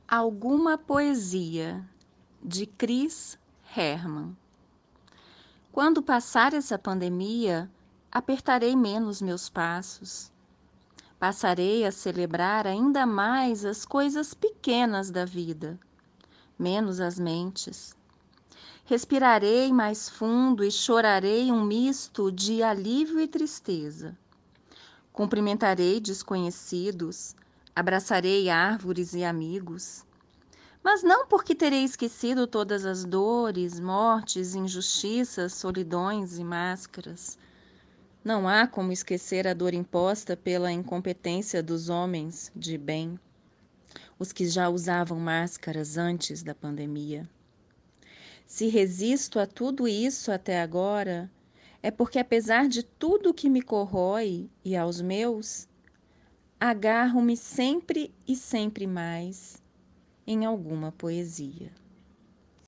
Alguma poesia, de Chris Herman. Quando passar essa pandemia, apertarei menos meus passos. Passarei a celebrar ainda mais as coisas pequenas da vida, menos as mentes. Respirarei mais fundo e chorarei um misto de alívio e tristeza. Cumprimentarei desconhecidos, abraçarei árvores e amigos. Mas não porque terei esquecido todas as dores, mortes, injustiças, solidões e máscaras. Não há como esquecer a dor imposta pela incompetência dos homens de bem, os que já usavam máscaras antes da pandemia. Se resisto a tudo isso até agora, é porque, apesar de tudo que me corrói e aos meus, agarro-me sempre e sempre mais em alguma poesia.